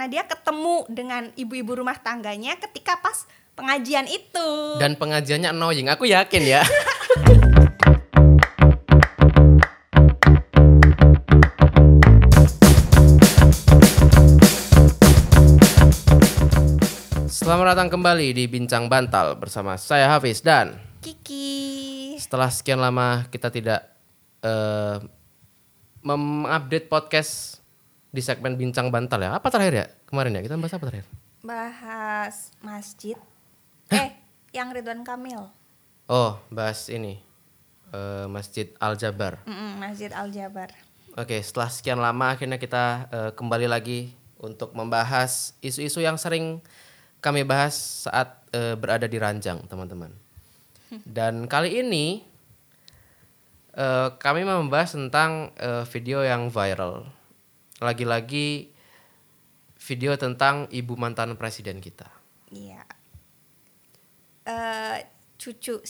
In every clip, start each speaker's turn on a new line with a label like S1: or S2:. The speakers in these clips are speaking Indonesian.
S1: karena dia ketemu dengan ibu-ibu rumah tangganya ketika pas pengajian itu.
S2: Dan pengajiannya annoying, aku yakin ya. Selamat datang kembali di Bincang Bantal bersama saya Hafiz dan
S1: Kiki.
S2: Setelah sekian lama kita tidak mengupdate podcast di segmen Bincang Bantal ya. Apa terakhir ya? Kemarin ya kita bahas apa terakhir?
S1: Bahas masjid. Yang Ridwan Kamil.
S2: Oh, bahas ini Masjid Al-Jabar.
S1: Masjid Al-Jabar.
S2: Oke, setelah sekian lama akhirnya kita kembali lagi untuk membahas isu-isu yang sering kami bahas saat berada di ranjang, teman-teman. Dan kali ini kami mau membahas tentang video yang viral. Lagi-lagi video tentang ibu mantan presiden kita.
S1: Iya. Cucu.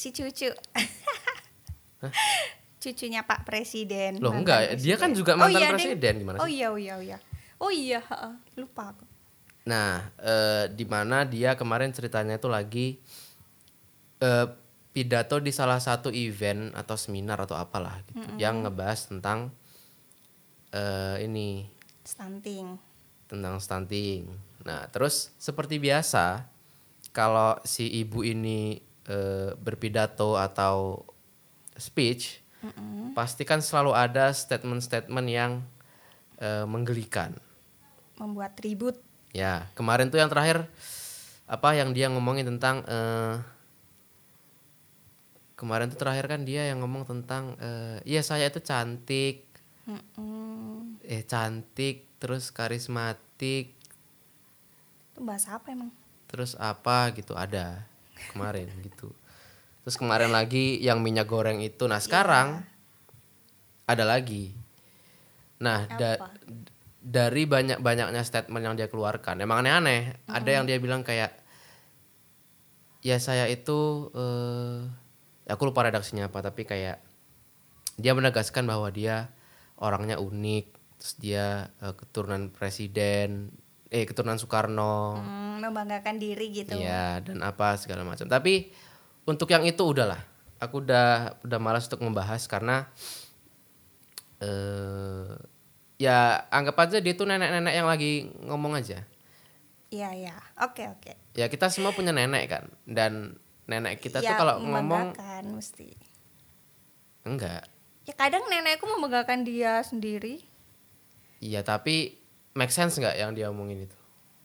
S1: Cucunya Pak Presiden.
S2: Loh enggak, dia kan juga mantan presiden, gimana sih?
S1: Oh iya, lupa aku.
S2: Nah, di mana dia kemarin ceritanya itu lagi pidato di salah satu event atau seminar atau apalah gitu, yang ngebahas tentang ini tentang stunting. Nah, terus seperti biasa kalau si ibu ini berpidato atau speech, pasti kan selalu ada statement-statement yang menggelikan,
S1: membuat ribut.
S2: Ya, kemarin tuh yang terakhir apa yang dia ngomongin tentang kemarin tuh terakhir kan dia yang ngomong tentang ya saya itu cantik. Cantik, terus karismatik.
S1: Itu bahasa apa emang?
S2: Terus apa gitu ada kemarin gitu. Terus kemarin lagi yang minyak goreng itu. Nah, sekarang ada lagi. Nah, dari banyak-banyaknya statement yang dia keluarkan, emang aneh-aneh. Ada yang dia bilang kayak, ya saya itu, aku lupa redaksinya apa, tapi kayak dia menegaskan bahwa dia orangnya unik, terus dia keturunan presiden, keturunan Soekarno,
S1: membanggakan diri gitu.
S2: Iya, dan apa segala macam. Tapi untuk yang itu udahlah, aku udah malas untuk membahas karena ya anggap aja dia tuh nenek-nenek yang lagi ngomong aja.
S1: Iya. Oke.
S2: Ya kita semua punya nenek kan. Dan nenek kita tuh
S1: ya,
S2: kalau ngomong
S1: mesti.
S2: Enggak.
S1: Ya kadang nenekku membanggakan dia sendiri.
S2: Iya, tapi make sense enggak yang dia omongin itu?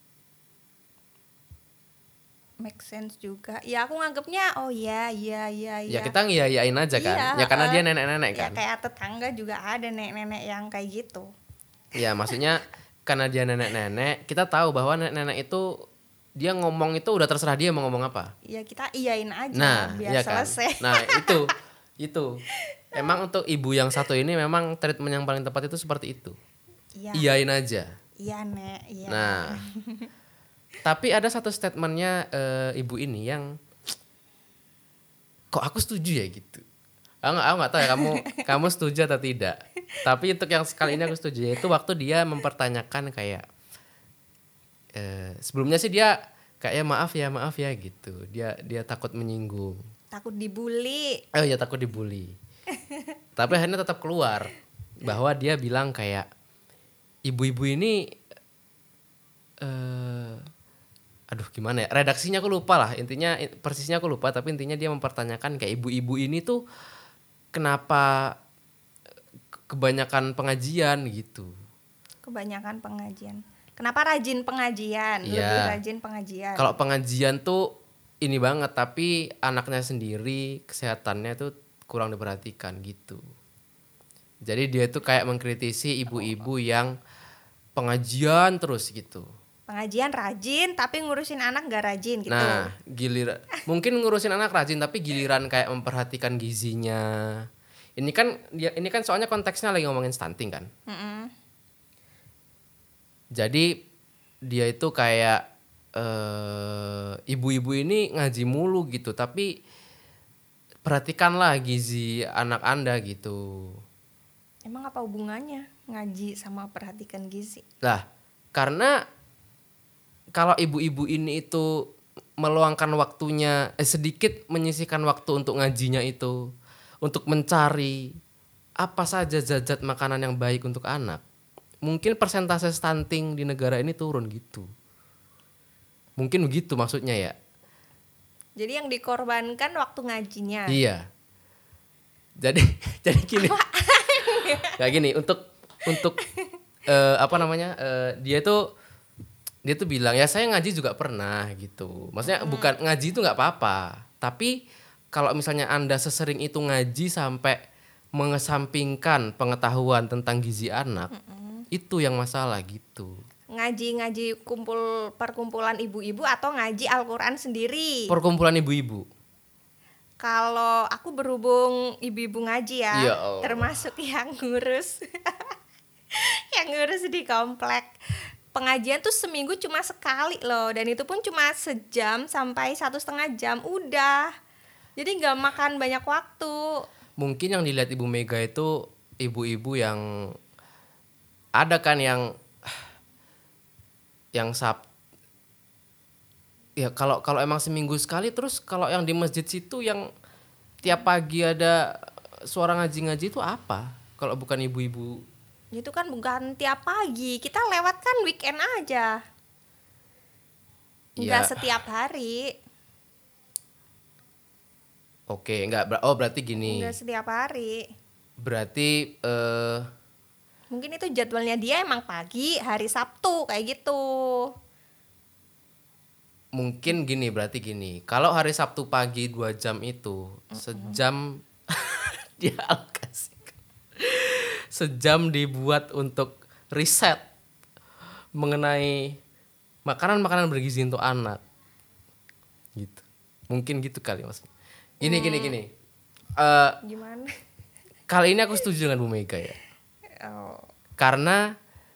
S1: Make sense juga. Ya aku nganggapnya iya.
S2: Ya kita ngiyain aja kan.
S1: Iya,
S2: Ya karena dia nenek-nenek kan.
S1: Ya kayak tetangga juga ada nenek-nenek yang kayak gitu.
S2: Ya maksudnya karena dia nenek-nenek, kita tahu bahwa nenek-nenek itu dia ngomong itu udah terserah dia mau ngomong apa.
S1: Ya kita iyain aja biar selesai.
S2: Kan? Nah itu. Emang untuk ibu yang satu ini memang treatment yang paling tepat itu seperti itu.
S1: Iya.
S2: Iyain aja.
S1: Iya Nek. Iya.
S2: Nah, tapi ada satu statementnya ibu ini yang kok aku setuju ya gitu. Aku nggak tahu ya kamu setuju atau tidak. Tapi untuk yang sekali ini aku setuju, yaitu waktu dia mempertanyakan kayak sebelumnya sih dia kayak maaf ya gitu. Dia takut menyinggung.
S1: Takut dibully.
S2: Oh iya, takut dibully. Tapi akhirnya tetap keluar bahwa dia bilang kayak ibu-ibu ini aduh gimana ya, redaksinya aku lupa lah, intinya persisnya aku lupa, tapi intinya dia mempertanyakan kayak ibu-ibu ini tuh kenapa kebanyakan pengajian gitu.
S1: Kebanyakan pengajian. Kenapa rajin pengajian? Lebih rajin pengajian.
S2: Kalau pengajian tuh ini banget, tapi anaknya sendiri kesehatannya tuh kurang diperhatikan gitu. Jadi dia tuh kayak mengkritisi ibu-ibu yang pengajian terus gitu.
S1: Pengajian rajin tapi ngurusin anak gak rajin gitu.
S2: Nah, mungkin ngurusin anak rajin tapi giliran kayak memperhatikan gizinya. Ini kan soalnya konteksnya lagi ngomongin stunting kan. Jadi dia itu kayak ibu-ibu ini ngaji mulu gitu, tapi perhatikanlah gizi anak Anda gitu.
S1: Emang apa hubungannya ngaji sama perhatikan gizi?
S2: Lah, karena kalau ibu-ibu ini itu meluangkan waktunya, sedikit menyisihkan waktu untuk ngajinya itu, untuk mencari apa saja zat-zat makanan yang baik untuk anak, mungkin persentase stunting di negara ini turun gitu. Mungkin begitu maksudnya ya.
S1: Jadi yang dikorbankan waktu ngajinya.
S2: Iya. Jadi gini. Kayak gini untuk dia tuh bilang ya saya ngaji juga pernah gitu. Maksudnya bukan ngaji itu nggak apa-apa, tapi kalau misalnya Anda sesering itu ngaji sampai mengesampingkan pengetahuan tentang gizi anak, itu yang masalah gitu.
S1: Ngaji perkumpulan ibu-ibu atau ngaji Al-Quran sendiri?
S2: Perkumpulan ibu-ibu.
S1: Kalau aku berhubung ibu-ibu ngaji ya, termasuk yang ngurus yang ngurus di komplek. Pengajian tuh seminggu cuma sekali loh, dan itu pun cuma sejam sampai 1,5 jam udah. Jadi nggak makan banyak waktu.
S2: Mungkin yang dilihat Ibu Mega itu ibu-ibu yang ada kan yang ya kalau emang seminggu sekali, terus kalau yang di masjid situ yang tiap pagi ada suara ngaji-ngaji itu apa? Kalau bukan ibu-ibu.
S1: Itu kan bukan tiap pagi, kita lewat kan weekend aja. Enggak setiap hari.
S2: Oke, berarti gini.
S1: Enggak setiap hari.
S2: Berarti
S1: mungkin itu jadwalnya dia emang pagi, hari Sabtu kayak gitu.
S2: Mungkin berarti gini. Kalau hari Sabtu pagi 2 jam itu, sejam dia alokasikan. Sejam dibuat untuk riset mengenai makanan-makanan bergizi untuk anak. Gitu. Mungkin gitu kali maksudnya. Gini.
S1: Gimana?
S2: Kali ini aku setuju dengan Bu Mega ya. Karena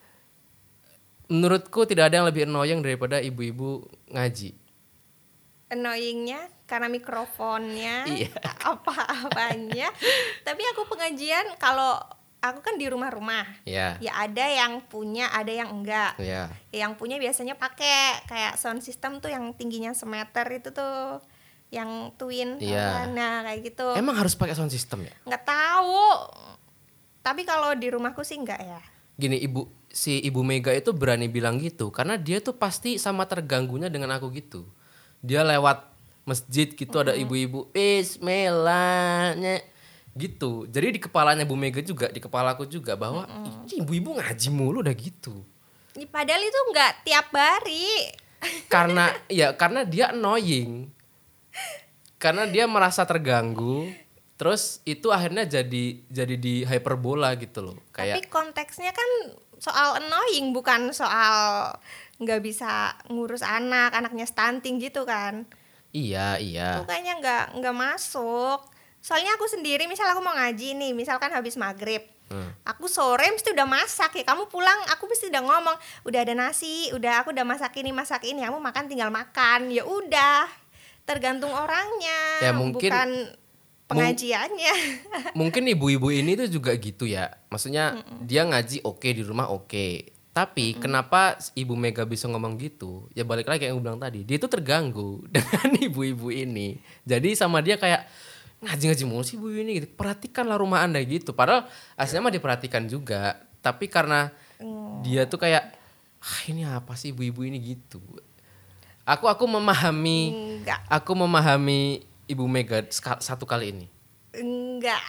S2: menurutku tidak ada yang lebih annoying daripada ibu-ibu ngaji.
S1: Annoyingnya karena mikrofonnya, apa-apanya. Tapi aku pengajian, kalau aku kan di rumah-rumah, ya ada yang punya, ada yang enggak. Yang punya biasanya pakai kayak sound system tuh yang tingginya semeter itu tuh, yang twin. Nah kayak gitu.
S2: Emang harus pakai sound system ya?
S1: Nggak tahu. Tapi kalau di rumahku sih enggak ya.
S2: Gini, si Ibu Mega itu berani bilang gitu karena dia tuh pasti sama terganggunya dengan aku gitu. Dia lewat masjid gitu, ada ibu-ibu bismillahnya gitu. Jadi di kepalanya Bu Mega juga, di kepalaku juga bahwa ibu-ibu ngaji mulu udah gitu.
S1: Padahal itu enggak tiap hari.
S2: Karena dia annoying. Karena dia merasa terganggu. Terus itu akhirnya jadi di hyperbola gitu loh.
S1: Tapi konteksnya kan soal annoying, bukan soal nggak bisa ngurus anaknya stunting gitu kan.
S2: Iya.
S1: Itu kayaknya nggak masuk. Soalnya aku sendiri, misal aku mau ngaji nih, misalkan habis maghrib, aku sore mesti udah masak ya. Kamu pulang, aku mesti udah ngomong, udah ada nasi, aku udah masak ini, kamu makan tinggal makan. Ya udah, tergantung orangnya,
S2: ya, mungkin,
S1: bukan pengajiannya.
S2: Mungkin ibu-ibu ini tuh juga gitu ya. Maksudnya dia ngaji di rumah oke. Tapi kenapa Ibu Mega bisa ngomong gitu? Ya balik lagi yang aku bilang tadi, dia tuh terganggu dengan ibu-ibu ini. Jadi sama dia kayak ngaji mulu sih ibu ini gitu. Perhatikanlah rumah Anda gitu. Padahal aslinya mah diperhatikan juga. Tapi karena dia tuh kayak ini apa sih ibu-ibu ini gitu. Aku memahami. Aku memahami Ibu Mega satu kali ini.
S1: Enggak.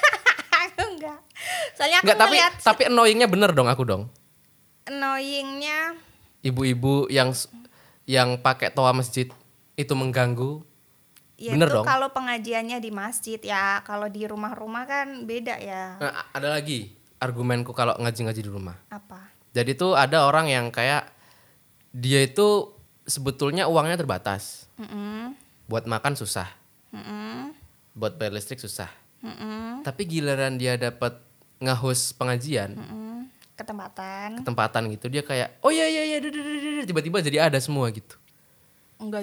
S1: Soalnya aku
S2: ngeliat, tapi annoyingnya bener dong aku dong.
S1: Annoyingnya
S2: ibu-ibu yang pakai toa masjid itu mengganggu.
S1: Ya
S2: bener
S1: itu
S2: dong.
S1: Kalau pengajiannya di masjid ya, kalau di rumah-rumah kan beda ya.
S2: Nah, ada lagi argumenku kalau ngaji di rumah.
S1: Apa?
S2: Jadi tuh ada orang yang kayak dia itu sebetulnya uangnya terbatas. Buat makan susah. Buat bayar listrik susah. Tapi giliran dia dapat nge-host pengajian, ketempatan gitu, dia kayak oh iya tiba-tiba jadi ada semua gitu.
S1: Enggak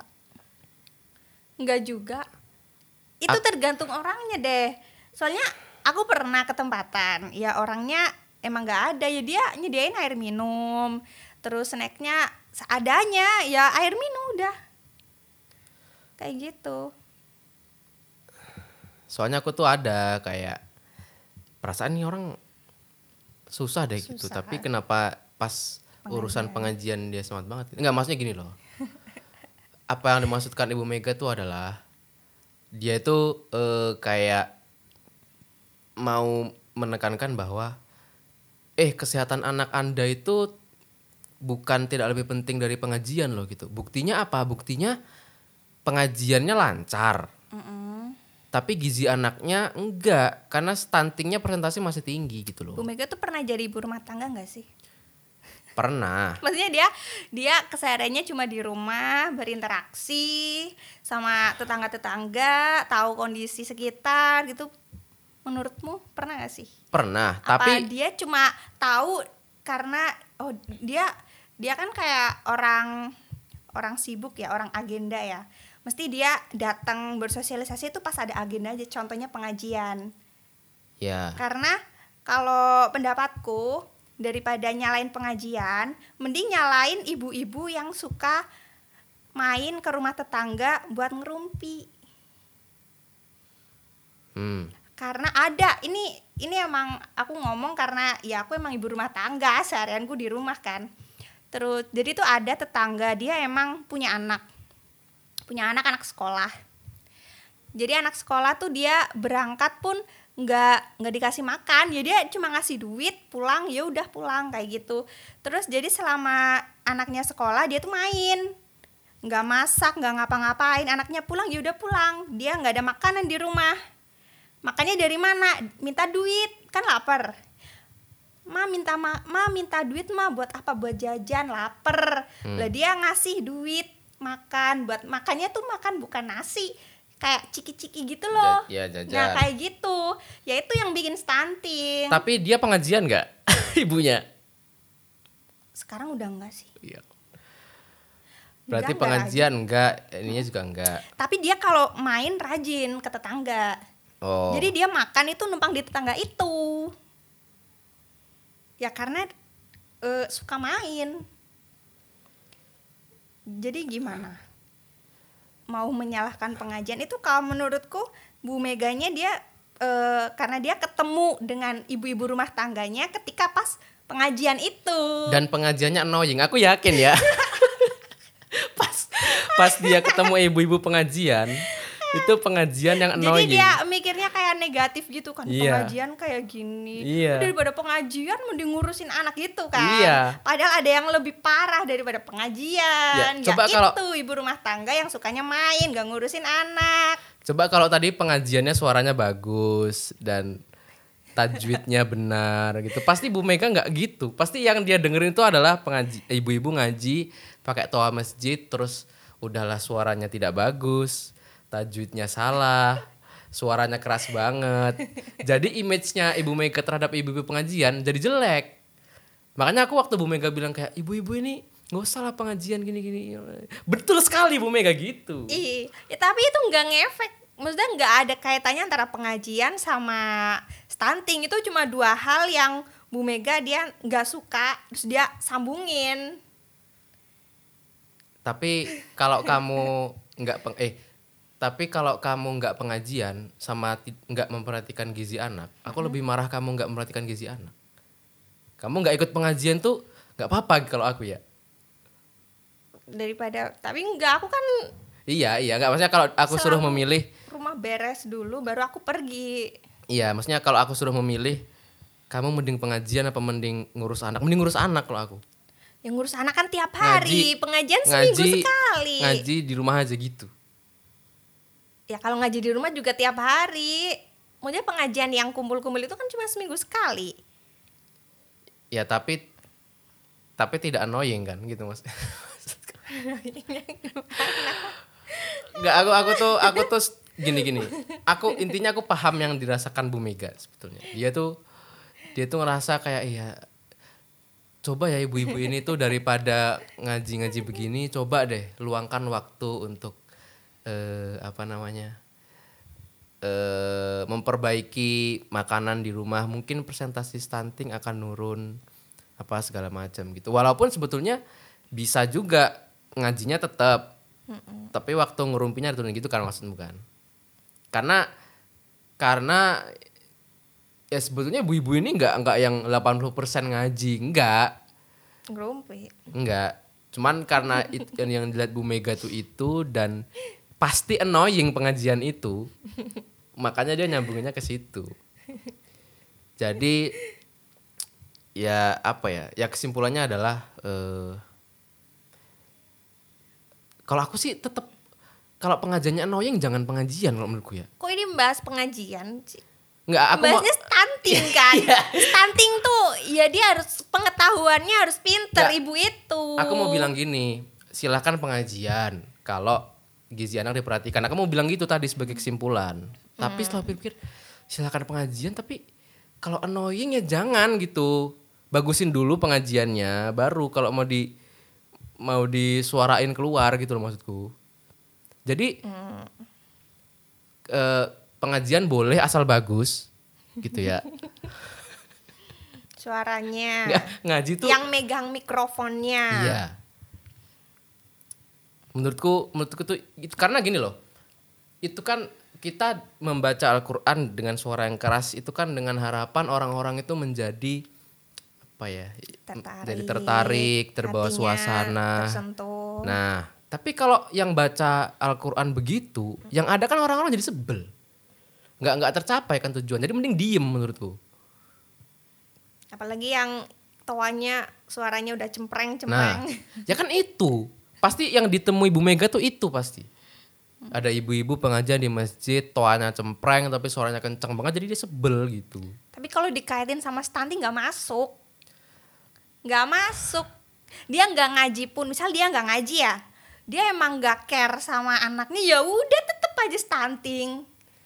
S1: juga. Itu tergantung orangnya deh. Soalnya aku pernah ketempatan, ya orangnya emang nggak ada, ya dia nyediain air minum, Terus snacknya seadanya, ya air minum udah. Kayak gitu.
S2: Soalnya aku tuh ada kayak perasaan nih orang susah deh gitu, tapi kenapa pas urusan pengajian dia semangat banget? Enggak, maksudnya gini loh. Apa yang dimaksudkan Ibu Mega tuh adalah dia itu kayak mau menekankan bahwa kesehatan anak Anda itu bukan tidak lebih penting dari pengajian loh gitu. Buktinya apa? Buktinya pengajiannya lancar. Tapi gizi anaknya enggak, karena stuntingnya persentase masih tinggi gitu loh.
S1: Bu Mega tuh pernah jadi ibu rumah tangga enggak sih?
S2: Pernah.
S1: Maksudnya dia kesehariannya cuma di rumah, berinteraksi sama tetangga-tetangga, tahu kondisi sekitar gitu. Menurutmu pernah gak sih?
S2: Pernah,
S1: apa
S2: tapi
S1: dia cuma tahu karena dia kan kayak orang sibuk ya, orang agenda ya. Mesti dia datang bersosialisasi itu pas ada agenda aja, contohnya pengajian.
S2: Ya.
S1: Karena kalau pendapatku daripada nyalain pengajian, mending nyalain ibu-ibu yang suka main ke rumah tetangga buat ngerumpi. Karena ada ini emang aku ngomong karena ya aku emang ibu rumah tangga, seharianku di rumah kan. Terus jadi tuh ada tetangga dia emang punya anak anak sekolah. Jadi anak sekolah tuh dia berangkat pun nggak dikasih makan, ya dia cuma ngasih duit, pulang ya udah pulang kayak gitu. Terus jadi selama anaknya sekolah dia tuh main, nggak masak, nggak ngapa-ngapain, anaknya pulang ya udah pulang, dia nggak ada makanan di rumah. Makannya dari mana? Minta duit, kan lapar. Ma minta duit ma buat apa? Buat jajan, lapar. Lah dia ngasih duit makan, buat makannya tuh makan bukan nasi, kayak ciki-ciki gitu loh.
S2: Jajan.
S1: Nah kayak gitu, ya itu yang bikin stunting.
S2: Tapi dia pengajian nggak ibunya?
S1: Sekarang udah enggak sih?
S2: Iya. Berarti pengajian enggak, ininya juga enggak.
S1: Tapi dia kalau main rajin ke tetangga. Jadi dia makan itu numpang di tetangga itu. Ya karena suka main. Jadi gimana? Mau menyalahkan pengajian itu kalau menurutku Bu Meganya dia karena dia ketemu dengan ibu-ibu rumah tangganya ketika pas pengajian itu.
S2: Dan pengajiannya annoying, aku yakin ya. pas dia ketemu ibu-ibu pengajian, itu pengajian yang annoying.
S1: Jadi dia mikirnya kayak negatif gitu kan, pengajian kayak gini. Daripada pengajian mending ngurusin anak gitu kan. Padahal ada yang lebih parah daripada pengajian.
S2: Coba kalau
S1: itu ibu rumah tangga yang sukanya main, gak ngurusin anak.
S2: Coba kalau tadi pengajiannya suaranya bagus dan tajwidnya benar gitu, pasti Bu Mega nggak gitu. Pasti yang dia dengerin itu adalah ibu-ibu ngaji pakai toa masjid, terus udahlah suaranya tidak bagus, tajwidnya salah, suaranya keras banget. Jadi image-nya Ibu Mega terhadap ibu-ibu pengajian jadi jelek. Makanya aku waktu Bu Mega bilang kayak ibu-ibu ini nggak usah lah pengajian gini-gini. Betul sekali Bu Mega gitu.
S1: Iya, tapi itu nggak ngefek. Maksudnya nggak ada kaitannya antara pengajian sama stunting. Itu cuma dua hal yang Bu Mega dia nggak suka, terus dia sambungin.
S2: Tapi kalau kamu nggak pengajian sama nggak memperhatikan gizi anak, aku lebih marah kamu nggak memperhatikan gizi anak. Kamu nggak ikut pengajian tuh nggak apa-apa kalau aku ya.
S1: Daripada, tapi nggak, aku kan.
S2: Iya nggak, maksudnya kalau aku suruh memilih.
S1: Rumah beres dulu baru aku pergi.
S2: Iya, maksudnya kalau aku suruh memilih, kamu mending pengajian apa mending ngurus anak? Mending ngurus anak kalau aku.
S1: Yang ngurus anak kan tiap hari, pengajian seminggu sekali.
S2: Ngaji di rumah aja gitu.
S1: Ya kalau ngaji di rumah juga tiap hari. Maksudnya pengajian yang kumpul-kumpul itu kan cuma seminggu sekali.
S2: Ya tapi tidak annoying kan gitu Mas. Enggak, aku tuh gini. Intinya aku paham yang dirasakan Bu Mega sebetulnya. Dia tuh ngerasa kayak coba ya ibu-ibu ini tuh daripada ngaji begini, coba deh luangkan waktu untuk memperbaiki makanan di rumah, mungkin persentase stunting akan nurun. apa segala macam gitu. Walaupun sebetulnya bisa juga ngajinya tetap. Tapi waktu ngerumpinya diturunin gitu kan maksudmu kan. Karena ya sebetulnya ibu-ibu ini enggak yang 80% ngaji, enggak.
S1: Ngerumpi.
S2: Enggak. Cuman karena yang dilihat Bu Mega tuh itu dan pasti annoying pengajian itu. Makanya dia nyambunginnya ke situ. Jadi ya apa ya? Ya kesimpulannya adalah kalau aku sih tetap kalau pengajiannya annoying jangan pengajian kalau menurutku ya.
S1: Kok ini membahas pengajian sih?
S2: Enggak, aku
S1: bahasnya stunting kan. Stunting tuh ya dia harus pengetahuannya harus pinter ibu itu.
S2: Aku mau bilang gini, silakan pengajian kalau gizi anak diperhatikan. Aku mau bilang gitu tadi sebagai kesimpulan. Tapi setelah pikir silakan pengajian tapi kalau annoying ya jangan gitu. Bagusin dulu pengajiannya baru kalau mau disuarain keluar gitu loh maksudku. Jadi pengajian boleh asal bagus gitu ya.
S1: Suaranya.
S2: Ngaji tuh
S1: yang megang mikrofonnya.
S2: Iya. Menurutku tuh itu karena gini loh. Itu kan kita membaca Al-Qur'an dengan suara yang keras itu kan dengan harapan orang-orang itu menjadi apa ya? Jadi tertarik, terbawa suasana.
S1: Tersentuh.
S2: Nah, tapi kalau yang baca Al-Qur'an begitu, yang ada kan orang-orang jadi sebel. Enggak tercapai kan tujuan. Jadi mending diem menurutku.
S1: Apalagi yang toanya suaranya udah cempreng-cempreng.
S2: Nah, ya kan itu. Pasti yang ditemui Bu Mega tuh itu pasti. Ada ibu-ibu pengajian di masjid, toanya cempreng tapi suaranya kencang banget jadi dia sebel gitu.
S1: Tapi kalau dikaitin sama stunting nggak masuk. Dia nggak ngaji pun, misal dia nggak ngaji ya, dia emang nggak care sama anaknya ya udah tetep aja stunting.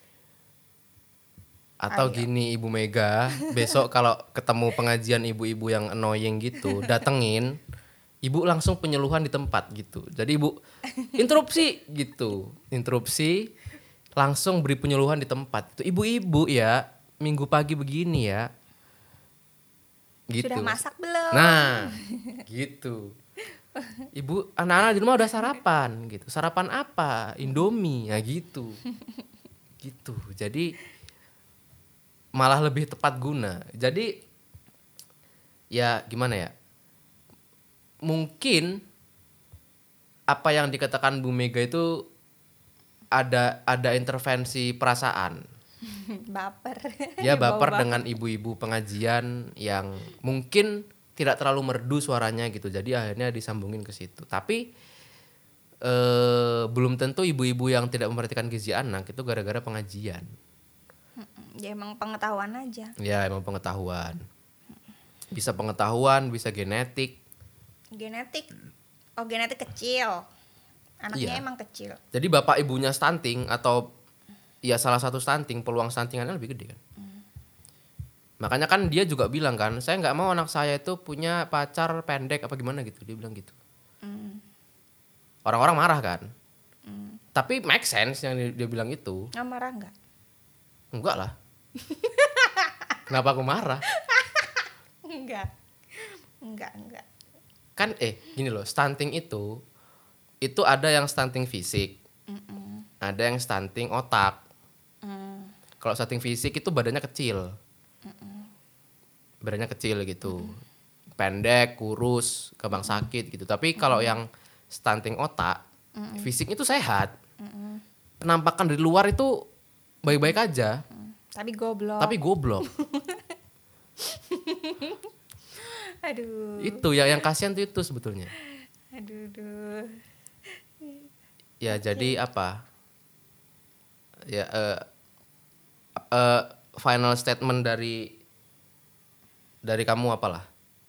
S2: Atau gini Ibu Mega, besok kalau ketemu pengajian ibu-ibu yang annoying gitu, datengin, ibu langsung penyuluhan di tempat gitu. Jadi ibu interupsi gitu, langsung beri penyuluhan di tempat. Itu ibu-ibu ya, minggu pagi begini ya. Gitu.
S1: Sudah masak belum?
S2: Nah, gitu. Ibu, anak-anak di rumah udah sarapan gitu. Sarapan apa? Indomie, ya gitu. Gitu. Jadi malah lebih tepat guna. Jadi ya gimana ya? Mungkin apa yang dikatakan Bu Mega itu ada intervensi perasaan.
S1: Baper.
S2: Ya baper dengan ibu-ibu pengajian yang mungkin tidak terlalu merdu suaranya gitu. Jadi akhirnya disambungin ke situ. Tapi belum tentu ibu-ibu yang tidak memperhatikan gizi anak itu gara-gara pengajian.
S1: Ya emang pengetahuan aja.
S2: Ya emang pengetahuan. Bisa pengetahuan, bisa genetik.
S1: Oh genetik kecil. Anaknya
S2: iya.
S1: Emang kecil.
S2: Jadi bapak ibunya stunting atau ya salah satu stunting, peluang stuntingannya lebih gede kan. Makanya kan dia juga bilang kan, saya nggak mau anak saya itu punya pacar pendek apa gimana gitu. Dia bilang gitu. Orang-orang marah kan. Tapi make sense yang dia bilang itu.
S1: Nggak marah nggak?
S2: Enggak lah. Kenapa aku marah?
S1: Enggak.
S2: Kan gini loh, stunting itu ada yang stunting fisik. Ada yang stunting otak. Kalau stunting fisik itu badannya kecil. Badannya kecil gitu. Pendek, kurus, gampang sakit gitu. Tapi kalau yang stunting otak, fisiknya itu sehat. Penampakan dari luar itu baik-baik aja.
S1: Tapi goblok. Aduh.
S2: Itu yang kasihan tuh itu sebetulnya.
S1: Aduh.
S2: Ya jadi apa? Ya final statement dari kamu apalah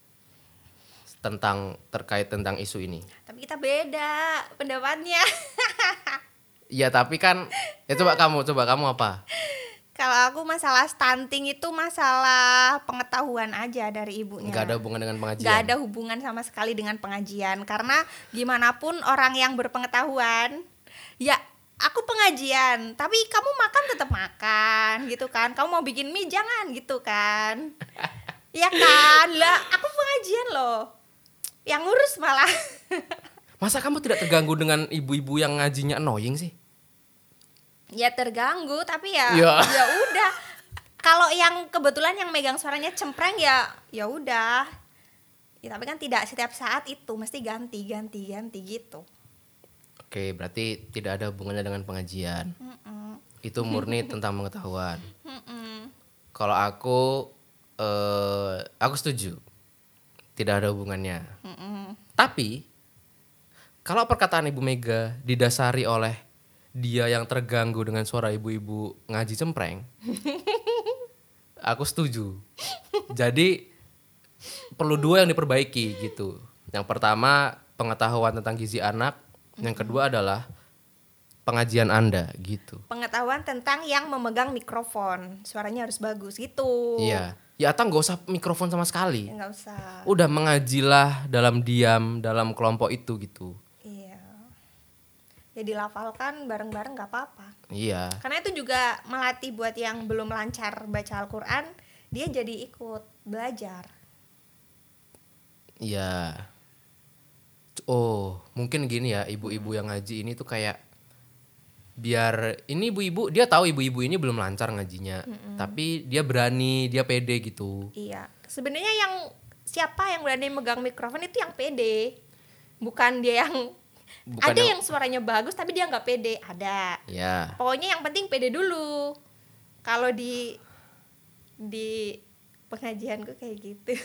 S2: terkait tentang isu ini.
S1: Tapi kita beda pendapatnya.
S2: Iya tapi kan ya coba kamu apa?
S1: Kalau aku masalah stunting itu masalah pengetahuan aja dari ibunya.
S2: Gak ada hubungan dengan pengajian.
S1: Gak ada hubungan sama sekali dengan pengajian. Karena gimana pun orang yang berpengetahuan, ya aku pengajian, tapi kamu makan tetap makan gitu kan. Kamu mau bikin mie jangan gitu kan. Ya kan, lah aku pengajian loh. Yang ngurus malah.
S2: Masa kamu tidak terganggu dengan ibu-ibu yang ngajinya annoying sih?
S1: Ya terganggu, tapi ya udah. Kalau yang kebetulan yang megang suaranya cempreng ya udah. Ya, tapi kan tidak setiap saat itu mesti ganti gitu.
S2: Oke, berarti tidak ada hubungannya dengan pengajian. Itu murni tentang pengetahuan. Kalau aku setuju, tidak ada hubungannya. Tapi kalau perkataan Ibu Mega didasari oleh dia yang terganggu dengan suara ibu-ibu ngaji cempreng, aku setuju. Jadi perlu dua yang diperbaiki gitu. Yang pertama pengetahuan tentang gizi anak, yang kedua adalah pengajian Anda gitu.
S1: Pengetahuan tentang yang memegang mikrofon, suaranya harus bagus gitu.
S2: Iya. Ya atau nggak usah mikrofon sama sekali.
S1: Nggak usah.
S2: Udah mengajilah dalam diam dalam kelompok itu gitu.
S1: Iya. Ya dilafalkan bareng-bareng nggak apa-apa.
S2: Iya.
S1: Karena itu juga melatih buat yang belum lancar baca Al-Quran, dia jadi ikut belajar.
S2: Iya. Oh, mungkin gini ya, ibu-ibu yang ngaji ini tuh kayak biar ini ibu-ibu, dia tahu ibu-ibu ini belum lancar ngajinya, tapi dia berani, dia pede gitu.
S1: Iya, sebenarnya yang siapa yang berani megang mikrofon itu yang pede, bukan dia yang ada yang suaranya bagus tapi dia nggak pede, ada.
S2: Ya.
S1: Pokoknya yang penting pede dulu. Kalau di pengajianku kayak gitu.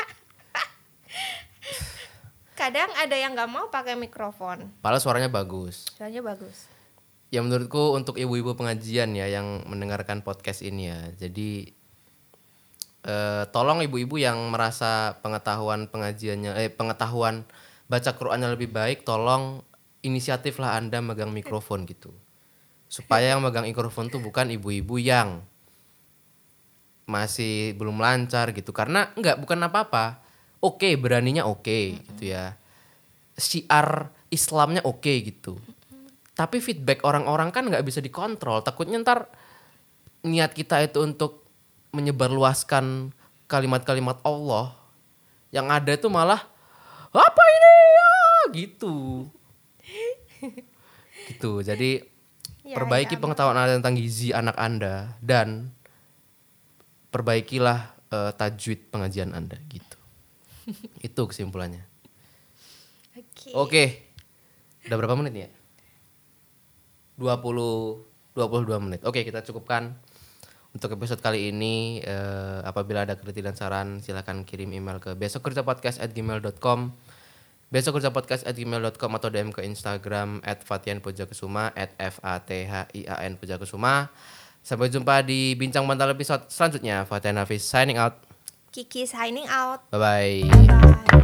S1: Kadang ada yang nggak mau pakai mikrofon.
S2: Padahal suaranya bagus.
S1: Suaranya bagus.
S2: Ya menurutku untuk ibu-ibu pengajian ya yang mendengarkan podcast ini ya. Jadi tolong ibu-ibu yang merasa pengetahuan pengajiannya pengetahuan baca Qur'annya lebih baik, tolong inisiatiflah Anda megang mikrofon gitu. Supaya yang megang mikrofon tuh bukan ibu-ibu yang masih belum lancar gitu. Karena bukan apa-apa. Oke, beraninya oke gitu ya. Syiar Islamnya oke gitu. Tapi feedback orang-orang kan nggak bisa dikontrol. Takutnya ntar niat kita itu untuk menyebarluaskan kalimat-kalimat Allah, yang ada itu malah apa ini ya gitu. Gitu. Jadi perbaiki pengetahuan Anda tentang gizi anak Anda dan perbaikilah tajwid pengajian Anda gitu. Itu kesimpulannya. Oke. Udah berapa menit ya? 22 menit. Oke, kita cukupkan untuk episode kali ini. Apabila ada kritik dan saran silakan kirim email ke besokkerjapodcast@gmail.com, besokkerjapodcast@gmail.com, atau DM ke Instagram @fatianpujakesuma @FATHIAN_pujakesuma. Sampai jumpa di bincang bantal episode selanjutnya. Fatian Hafiz signing out.
S1: Kiki signing out.
S2: Bye bye.
S1: Bye.